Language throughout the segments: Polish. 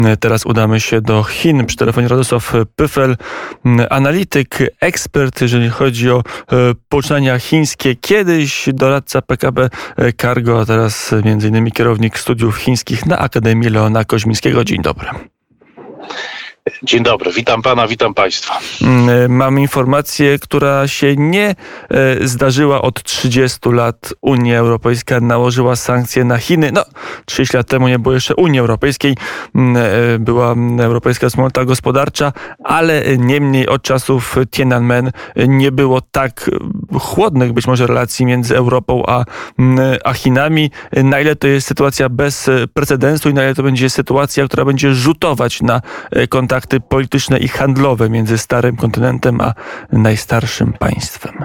Teraz udamy się do Chin. Przy telefonie Radosław Pyfel, analityk, ekspert, jeżeli chodzi o poczynania chińskie. Kiedyś doradca PKP Cargo, a teraz m.in. kierownik studiów chińskich na Akademii Leona Koźmińskiego. Dzień dobry. Dzień dobry, witam pana, witam państwa. Mam informację, która się nie zdarzyła od 30 lat. Unia Europejska nałożyła sankcje na Chiny. 30 lat temu nie było jeszcze Unii Europejskiej. Była Europejska Wspólnota Gospodarcza, ale niemniej od czasów Tiananmen nie było tak chłodnych być może relacji między Europą a Chinami. Na ile to jest sytuacja bez precedensu i na ile to będzie sytuacja, która będzie rzutować na kontakty polityczne i handlowe między starym kontynentem a najstarszym państwem.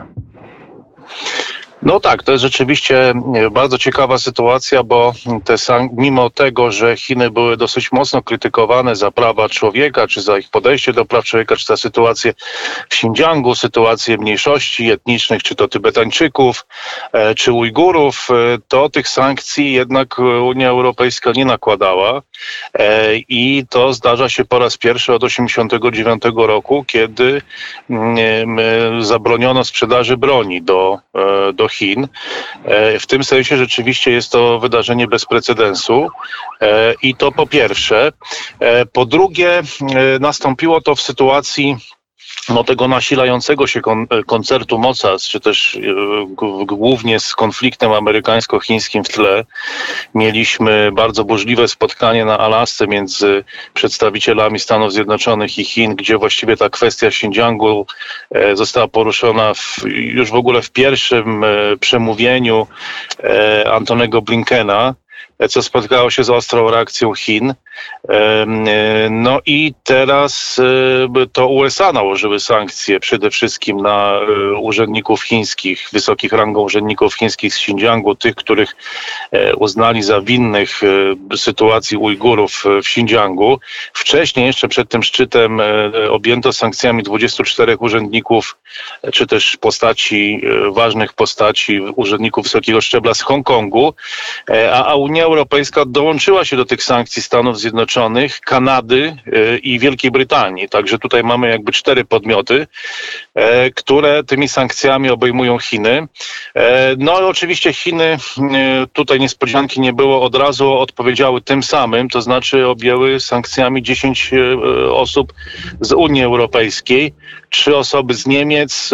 No tak, to jest rzeczywiście bardzo ciekawa sytuacja, bo mimo tego, że Chiny były dosyć mocno krytykowane za prawa człowieka, czy za ich podejście do praw człowieka, czy za sytuację w Xinjiangu, sytuację mniejszości etnicznych, czy to Tybetańczyków, czy Ujgurów, to tych sankcji jednak Unia Europejska nie nakładała. I to zdarza się po raz pierwszy od 1989 roku, kiedy zabroniono sprzedaży broni do Chin. W tym sensie rzeczywiście jest to wydarzenie bez precedensu i to po pierwsze. Po drugie, nastąpiło to w sytuacji tego nasilającego się koncertu mocarstw, czy też głównie z konfliktem amerykańsko-chińskim w tle. Mieliśmy bardzo burzliwe spotkanie na Alasce między przedstawicielami Stanów Zjednoczonych i Chin, gdzie właściwie ta kwestia Xinjiangu została poruszona już w ogóle w pierwszym przemówieniu Antonego Blinkena, co spotkało się z ostrą reakcją Chin. No i teraz to USA nałożyły sankcje przede wszystkim na urzędników chińskich, wysokich rangą urzędników chińskich z Xinjiangu, tych, których uznali za winnych sytuacji Ujgurów w Xinjiangu. Wcześniej, jeszcze przed tym szczytem, objęto sankcjami 24 urzędników, czy też ważnych postaci, urzędników wysokiego szczebla z Hongkongu, a Unia Europejska dołączyła się do tych sankcji Stanów Zjednoczonych, Kanady i Wielkiej Brytanii. Także tutaj mamy jakby 4 podmioty, które tymi sankcjami obejmują Chiny. No i oczywiście Chiny, tutaj niespodzianki nie było, od razu odpowiedziały tym samym, to znaczy objęły sankcjami 10 osób z Unii Europejskiej, 3 osoby z Niemiec,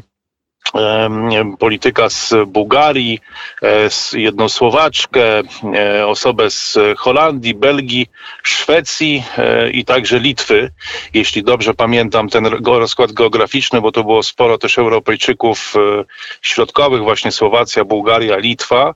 polityka z Bułgarii, jedną Słowaczkę, osobę z Holandii, Belgii, Szwecji i także Litwy. Jeśli dobrze pamiętam ten rozkład geograficzny, bo to było sporo też Europejczyków środkowych, właśnie Słowacja, Bułgaria, Litwa.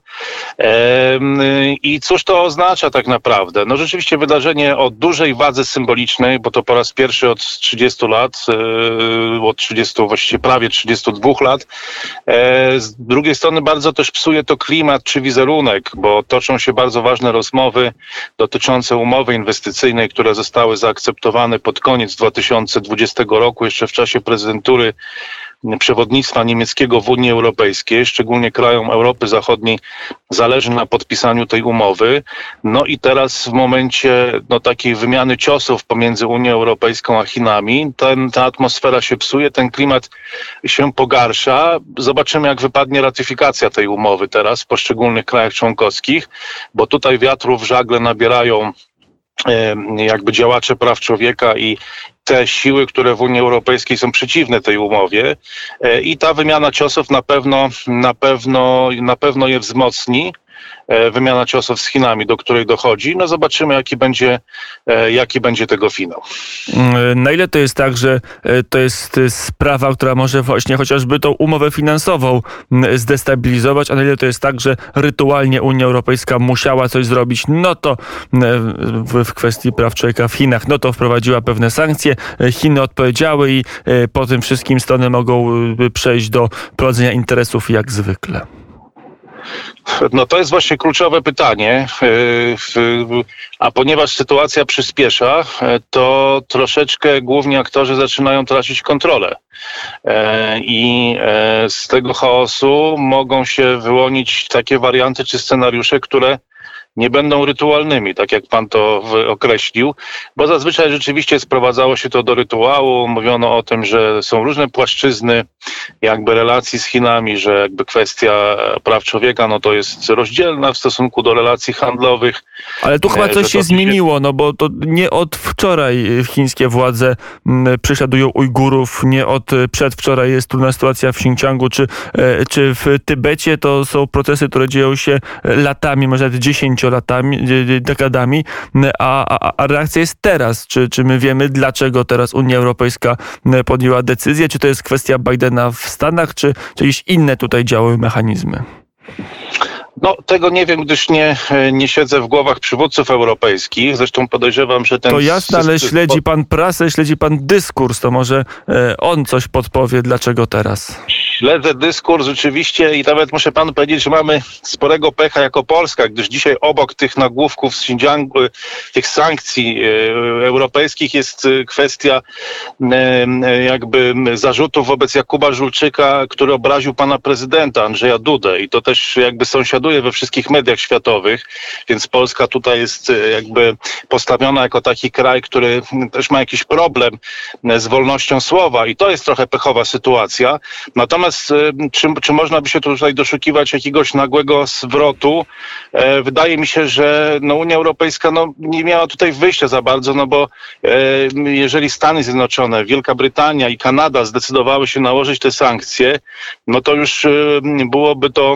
I cóż to oznacza tak naprawdę? No rzeczywiście wydarzenie o dużej wadze symbolicznej, bo to po raz pierwszy od 30 lat, właściwie prawie 32 lat. Z drugiej strony bardzo też psuje to klimat czy wizerunek, bo toczą się bardzo ważne rozmowy dotyczące umowy inwestycyjnej, które zostały zaakceptowane pod koniec 2020 roku, jeszcze w czasie prezydentury przewodnictwa niemieckiego w Unii Europejskiej, szczególnie krajom Europy Zachodniej zależy na podpisaniu tej umowy. No i teraz w momencie takiej wymiany ciosów pomiędzy Unią Europejską a Chinami, ta atmosfera się psuje, ten klimat się pogarsza. Zobaczymy, jak wypadnie ratyfikacja tej umowy teraz w poszczególnych krajach członkowskich, bo tutaj wiatru w żagle nabierają jakby działacze praw człowieka i te siły, które w Unii Europejskiej są przeciwne tej umowie, i ta wymiana ciosów na pewno je wzmocni. Wymiana ciosów z Chinami, do której dochodzi. No zobaczymy, jaki będzie tego finał. Na ile to jest tak, że to jest sprawa, która może właśnie chociażby tą umowę finansową zdestabilizować, a na ile to jest tak, że rytualnie Unia Europejska musiała coś zrobić, no to w kwestii praw człowieka w Chinach, no to wprowadziła pewne sankcje, Chiny odpowiedziały i po tym wszystkim strony mogą przejść do prowadzenia interesów jak zwykle. No to jest właśnie kluczowe pytanie, a ponieważ sytuacja przyspiesza, to troszeczkę główni aktorzy zaczynają tracić kontrolę i z tego chaosu mogą się wyłonić takie warianty czy scenariusze, które nie będą rytualnymi, tak jak pan to określił, bo zazwyczaj rzeczywiście sprowadzało się to do rytuału. Mówiono o tym, że są różne płaszczyzny jakby relacji z Chinami, że jakby kwestia praw człowieka, no to jest rozdzielna w stosunku do relacji handlowych. Ale tu chyba coś się zmieniło, no bo to nie od wczoraj chińskie władze prześladują Ujgurów, nie od przedwczoraj jest trudna sytuacja w Xinjiangu czy w Tybecie. To są procesy, które dzieją się latami, może nawet 10-latami, dekadami, a reakcja jest teraz. Czy my wiemy, dlaczego teraz Unia Europejska podjęła decyzję? Czy to jest kwestia Bidena w Stanach, czy jakieś inne tutaj działają mechanizmy? No, tego nie wiem, gdyż nie siedzę w głowach przywódców europejskich. Zresztą podejrzewam, że ten... To jasne, ale śledzi pan prasę, śledzi pan dyskurs, to może on coś podpowie, dlaczego teraz? Śledzę dyskurs rzeczywiście i nawet muszę panu powiedzieć, że mamy sporego pecha jako Polska, gdyż dzisiaj obok tych nagłówków z Xinjiangu, tych sankcji europejskich jest kwestia jakby zarzutów wobec Jakuba Żulczyka, który obraził pana prezydenta Andrzeja Dudę i to też jakby sąsiaduje we wszystkich mediach światowych, więc Polska tutaj jest jakby postawiona jako taki kraj, który też ma jakiś problem z wolnością słowa i to jest trochę pechowa sytuacja. Natomiast czy można by się tutaj doszukiwać jakiegoś nagłego zwrotu? Wydaje mi się, że Unia Europejska nie miała tutaj wyjścia za bardzo, bo jeżeli Stany Zjednoczone, Wielka Brytania i Kanada zdecydowały się nałożyć te sankcje, no to już byłoby to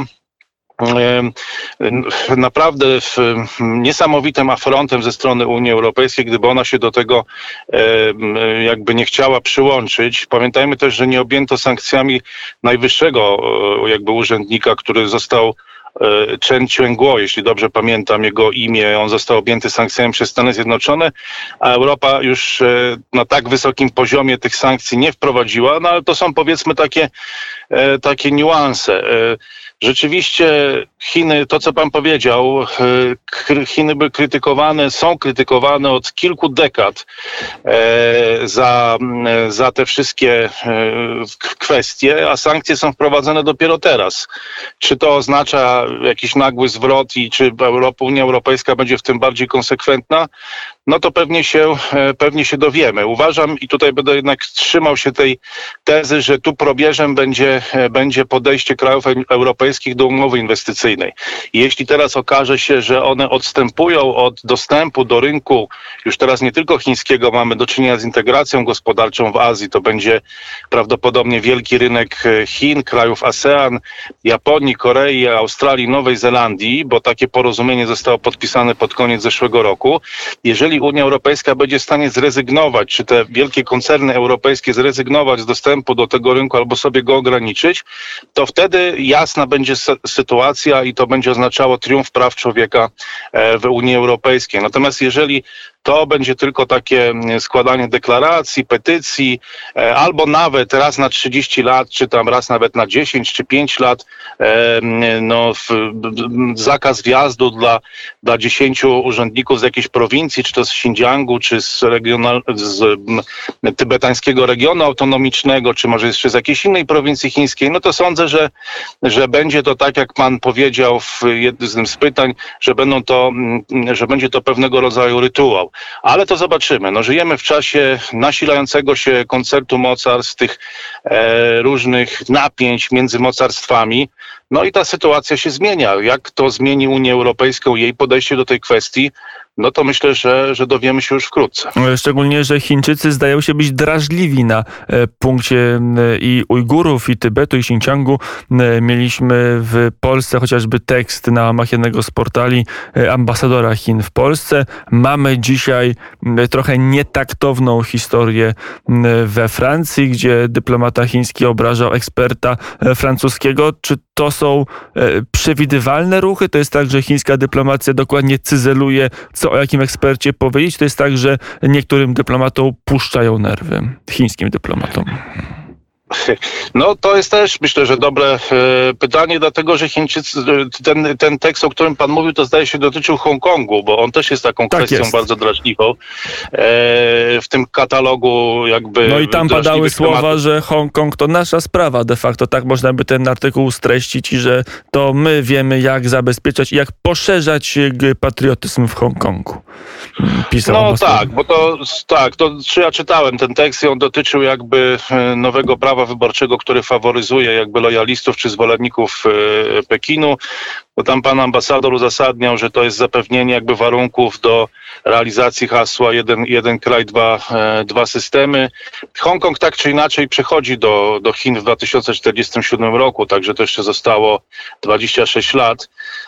naprawdę niesamowitym afrontem ze strony Unii Europejskiej, gdyby ona się do tego jakby nie chciała przyłączyć. Pamiętajmy też, że nie objęto sankcjami najwyższego jakby urzędnika, który został Chen Quanguo, jeśli dobrze pamiętam jego imię, on został objęty sankcjami przez Stany Zjednoczone, a Europa już na tak wysokim poziomie tych sankcji nie wprowadziła, no ale to są powiedzmy takie niuanse. Rzeczywiście Chiny, to co pan powiedział, Chiny były są krytykowane od kilku dekad za te wszystkie kwestie, a sankcje są wprowadzone dopiero teraz. Czy to oznacza jakiś nagły zwrot i czy Unia Europejska będzie w tym bardziej konsekwentna? No to pewnie się dowiemy. Uważam i tutaj będę jednak trzymał się tej tezy, że tu probierzem będzie podejście krajów europejskich do umowy inwestycyjnej. I jeśli teraz okaże się, że one odstępują od dostępu do rynku, już teraz nie tylko chińskiego, mamy do czynienia z integracją gospodarczą w Azji, to będzie prawdopodobnie wielki rynek Chin, krajów ASEAN, Japonii, Korei, Australii, Nowej Zelandii, bo takie porozumienie zostało podpisane pod koniec zeszłego roku. Jeżeli Unia Europejska będzie w stanie zrezygnować, czy te wielkie koncerny europejskie zrezygnować z dostępu do tego rynku albo sobie go ograniczyć, to wtedy jasna będzie sytuacja i to będzie oznaczało triumf praw człowieka w Unii Europejskiej. Natomiast jeżeli to będzie tylko takie składanie deklaracji, petycji, albo nawet raz na 30 lat, czy tam raz nawet na 10 czy 5 lat, zakaz wjazdu dla 10 urzędników z jakiejś prowincji, czy to z Xinjiangu, czy z tybetańskiego regionu autonomicznego, czy może jeszcze z jakiejś innej prowincji chińskiej, no to sądzę, że będzie to tak, jak pan powiedział w jednym z pytań, że będzie to pewnego rodzaju rytuał. Ale to zobaczymy. Żyjemy w czasie nasilającego się koncertu mocarstw, tych różnych napięć między mocarstwami. No i ta sytuacja się zmienia. Jak to zmieni Unię Europejską, jej podejście do tej kwestii, no to myślę, że dowiemy się już wkrótce. Szczególnie, że Chińczycy zdają się być drażliwi na punkcie i Ujgurów, i Tybetu, i Xinjiangu. Mieliśmy w Polsce chociażby tekst na łamach jednego z portali ambasadora Chin w Polsce. Mamy dzisiaj trochę nietaktowną historię we Francji, gdzie dyplomata chiński obrażał eksperta francuskiego. Czy to są przewidywalne ruchy? To jest tak, że chińska dyplomacja dokładnie cyzeluje, co o jakim ekspercie powiedzieć? To jest tak, że niektórym dyplomatom puszczają nerwy, chińskim dyplomatom? No to jest też, myślę, że dobre pytanie, dlatego że Chińczycy, ten tekst, o którym pan mówił, to zdaje się dotyczył Hongkongu, bo on też jest taką kwestią bardzo drażliwą w tym katalogu jakby. No i tam padały słowa, że Hongkong to nasza sprawa de facto, tak można by ten artykuł streścić i że to my wiemy, jak zabezpieczać i jak poszerzać patriotyzm w Hongkongu. Pisał tak, bo ja czytałem ten tekst i on dotyczył jakby nowego prawa wyborczego, który faworyzuje jakby lojalistów czy zwolenników Pekinu. Bo tam pan ambasador uzasadniał, że to jest zapewnienie jakby warunków do realizacji hasła jeden kraj, dwa systemy. Hongkong tak czy inaczej przechodzi do Chin w 2047 roku, także to jeszcze zostało 26 lat.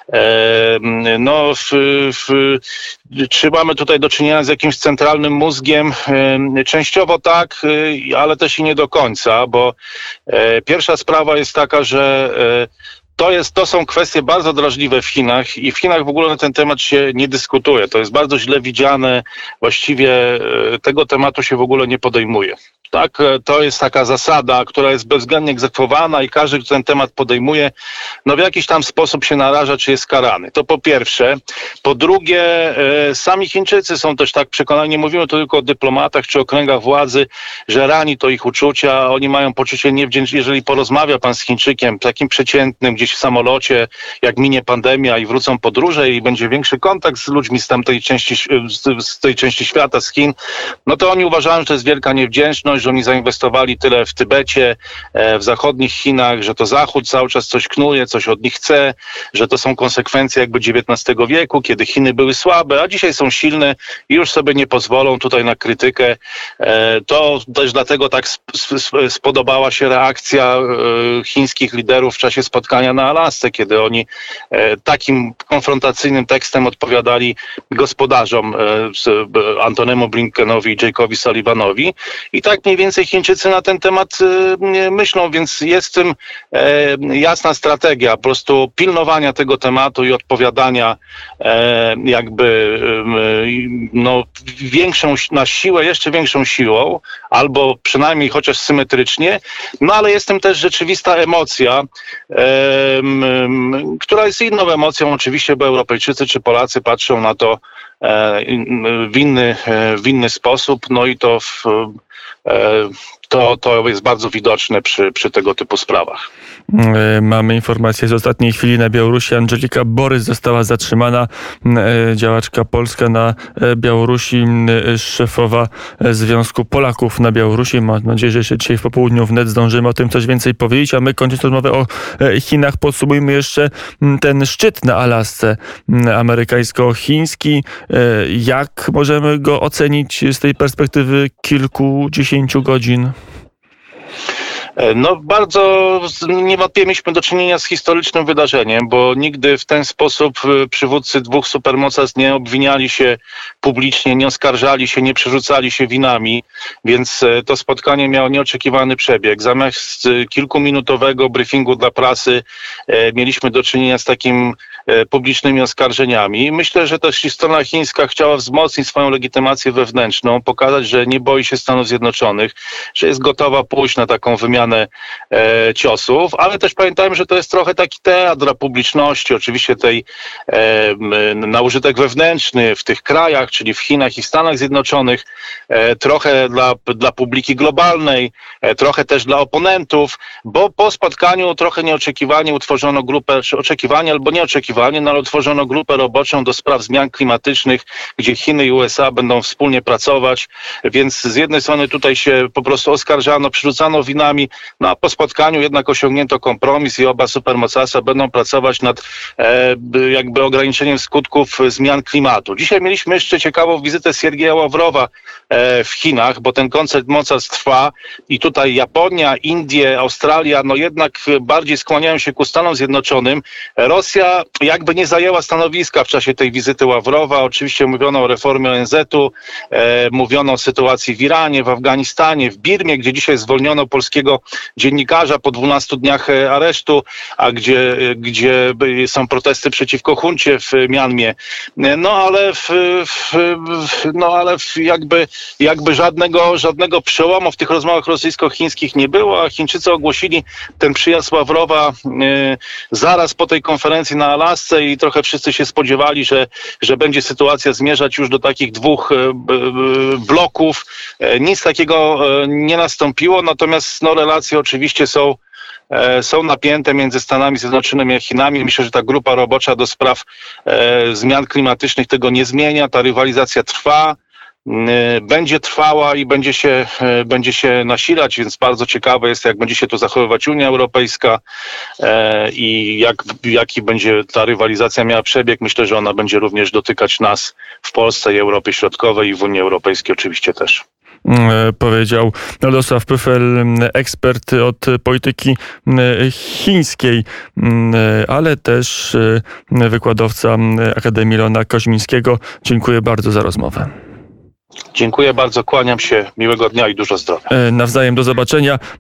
Czy mamy tutaj do czynienia z jakimś centralnym mózgiem? Częściowo tak, ale też i nie do końca, bo pierwsza sprawa jest taka, że to są kwestie bardzo drażliwe w Chinach i w Chinach w ogóle na ten temat się nie dyskutuje. To jest bardzo źle widziane. Właściwie tego tematu się w ogóle nie podejmuje. Tak, to jest taka zasada, która jest bezwzględnie egzekwowana i każdy, kto ten temat podejmuje, no w jakiś tam sposób się naraża, czy jest karany. To po pierwsze. Po drugie, sami Chińczycy są też tak przekonani, nie mówimy tu tylko o dyplomatach czy o kręgach władzy, że rani to ich uczucia, oni mają poczucie niewdzięczności. Jeżeli porozmawia pan z Chińczykiem, takim przeciętnym, gdzieś w samolocie, jak minie pandemia i wrócą podróże i będzie większy kontakt z ludźmi z tej części świata, z Chin, no to oni uważają, że to jest wielka niewdzięczność, że oni zainwestowali tyle w Tybecie, w zachodnich Chinach, że to Zachód cały czas coś knuje, coś od nich chce, że to są konsekwencje jakby XIX wieku, kiedy Chiny były słabe, a dzisiaj są silne i już sobie nie pozwolą tutaj na krytykę. To też dlatego tak spodobała się reakcja chińskich liderów w czasie spotkania na Alasce, kiedy oni takim konfrontacyjnym tekstem odpowiadali gospodarzom Antonemu Blinkenowi i Jake'owi Sullivanowi. I tak mniej więcej Chińczycy na ten temat myślą, więc jest w tym jasna strategia po prostu pilnowania tego tematu i odpowiadania jakby większą na siłę, jeszcze większą siłą, albo przynajmniej chociaż symetrycznie, no ale jest tym też rzeczywista emocja, która jest inną emocją oczywiście, bo Europejczycy czy Polacy patrzą na to w inny sposób, no i to jest bardzo widoczne przy tego typu sprawach. Mamy informację z ostatniej chwili na Białorusi. Andżelika Borys została zatrzymana, działaczka polska na Białorusi, szefowa Związku Polaków na Białorusi. Mam nadzieję, że jeszcze dzisiaj w popołudniu wnet zdążymy o tym coś więcej powiedzieć, a my kończąc rozmowę o Chinach podsumujmy jeszcze ten szczyt na Alasce amerykańsko-chiński. Jak możemy go ocenić z tej perspektywy kilkudziesięciu godzin? No bardzo niewątpliwie mieliśmy do czynienia z historycznym wydarzeniem, bo nigdy w ten sposób przywódcy dwóch supermocarstw nie obwiniali się publicznie, nie oskarżali się, nie przerzucali się winami, więc to spotkanie miało nieoczekiwany przebieg. Zamiast kilkuminutowego briefingu dla prasy mieliśmy do czynienia z takim publicznymi oskarżeniami. Myślę, że też strona chińska chciała wzmocnić swoją legitymację wewnętrzną, pokazać, że nie boi się Stanów Zjednoczonych, że jest gotowa pójść na taką wymianę ciosów, ale też pamiętajmy, że to jest trochę taki teatr dla publiczności, oczywiście tej na użytek wewnętrzny w tych krajach, czyli w Chinach i w Stanach Zjednoczonych, trochę dla publiki globalnej, trochę też dla oponentów, bo po spotkaniu trochę nieoczekiwanie utworzono grupę, czy oczekiwanie albo nieoczekiwanie, no ale utworzono grupę roboczą do spraw zmian klimatycznych, gdzie Chiny i USA będą wspólnie pracować, więc z jednej strony tutaj się po prostu oskarżano, przerzucano winami, no a po spotkaniu jednak osiągnięto kompromis i oba supermocarstwa będą pracować nad jakby ograniczeniem skutków zmian klimatu. Dzisiaj mieliśmy jeszcze ciekawą wizytę Siergieja Ławrowa w Chinach, bo ten koncert mocarstw trwa i tutaj Japonia, Indie, Australia, no jednak bardziej skłaniają się ku Stanom Zjednoczonym. Rosja jakby nie zajęła stanowiska w czasie tej wizyty Ławrowa. Oczywiście mówiono o reformie ONZ-u, mówiono o sytuacji w Iranie, w Afganistanie, w Birmie, gdzie dzisiaj zwolniono polskiego dziennikarza po 12 dniach aresztu, a gdzie są protesty przeciwko huncie w Mianmie. Jakby żadnego przełomu w tych rozmowach rosyjsko-chińskich nie było, a Chińczycy ogłosili ten przyjazd Ławrowa zaraz po tej konferencji na Alasce i trochę wszyscy się spodziewali, że będzie sytuacja zmierzać już do takich dwóch bloków. Nic takiego nie nastąpiło, natomiast relacje oczywiście są napięte między Stanami Zjednoczonymi a Chinami. Myślę, że ta grupa robocza do spraw zmian klimatycznych tego nie zmienia. Ta rywalizacja trwa, będzie trwała i będzie się nasilać, więc bardzo ciekawe jest, jak będzie się tu zachowywać Unia Europejska i jaki będzie ta rywalizacja miała przebieg. Myślę, że ona będzie również dotykać nas w Polsce i Europie Środkowej i w Unii Europejskiej oczywiście też. Powiedział Radosław Pyfel, ekspert od polityki chińskiej, ale też wykładowca Akademii Leona Koźmińskiego. Dziękuję bardzo za rozmowę. Dziękuję bardzo, kłaniam się, miłego dnia i dużo zdrowia. Nawzajem, do zobaczenia.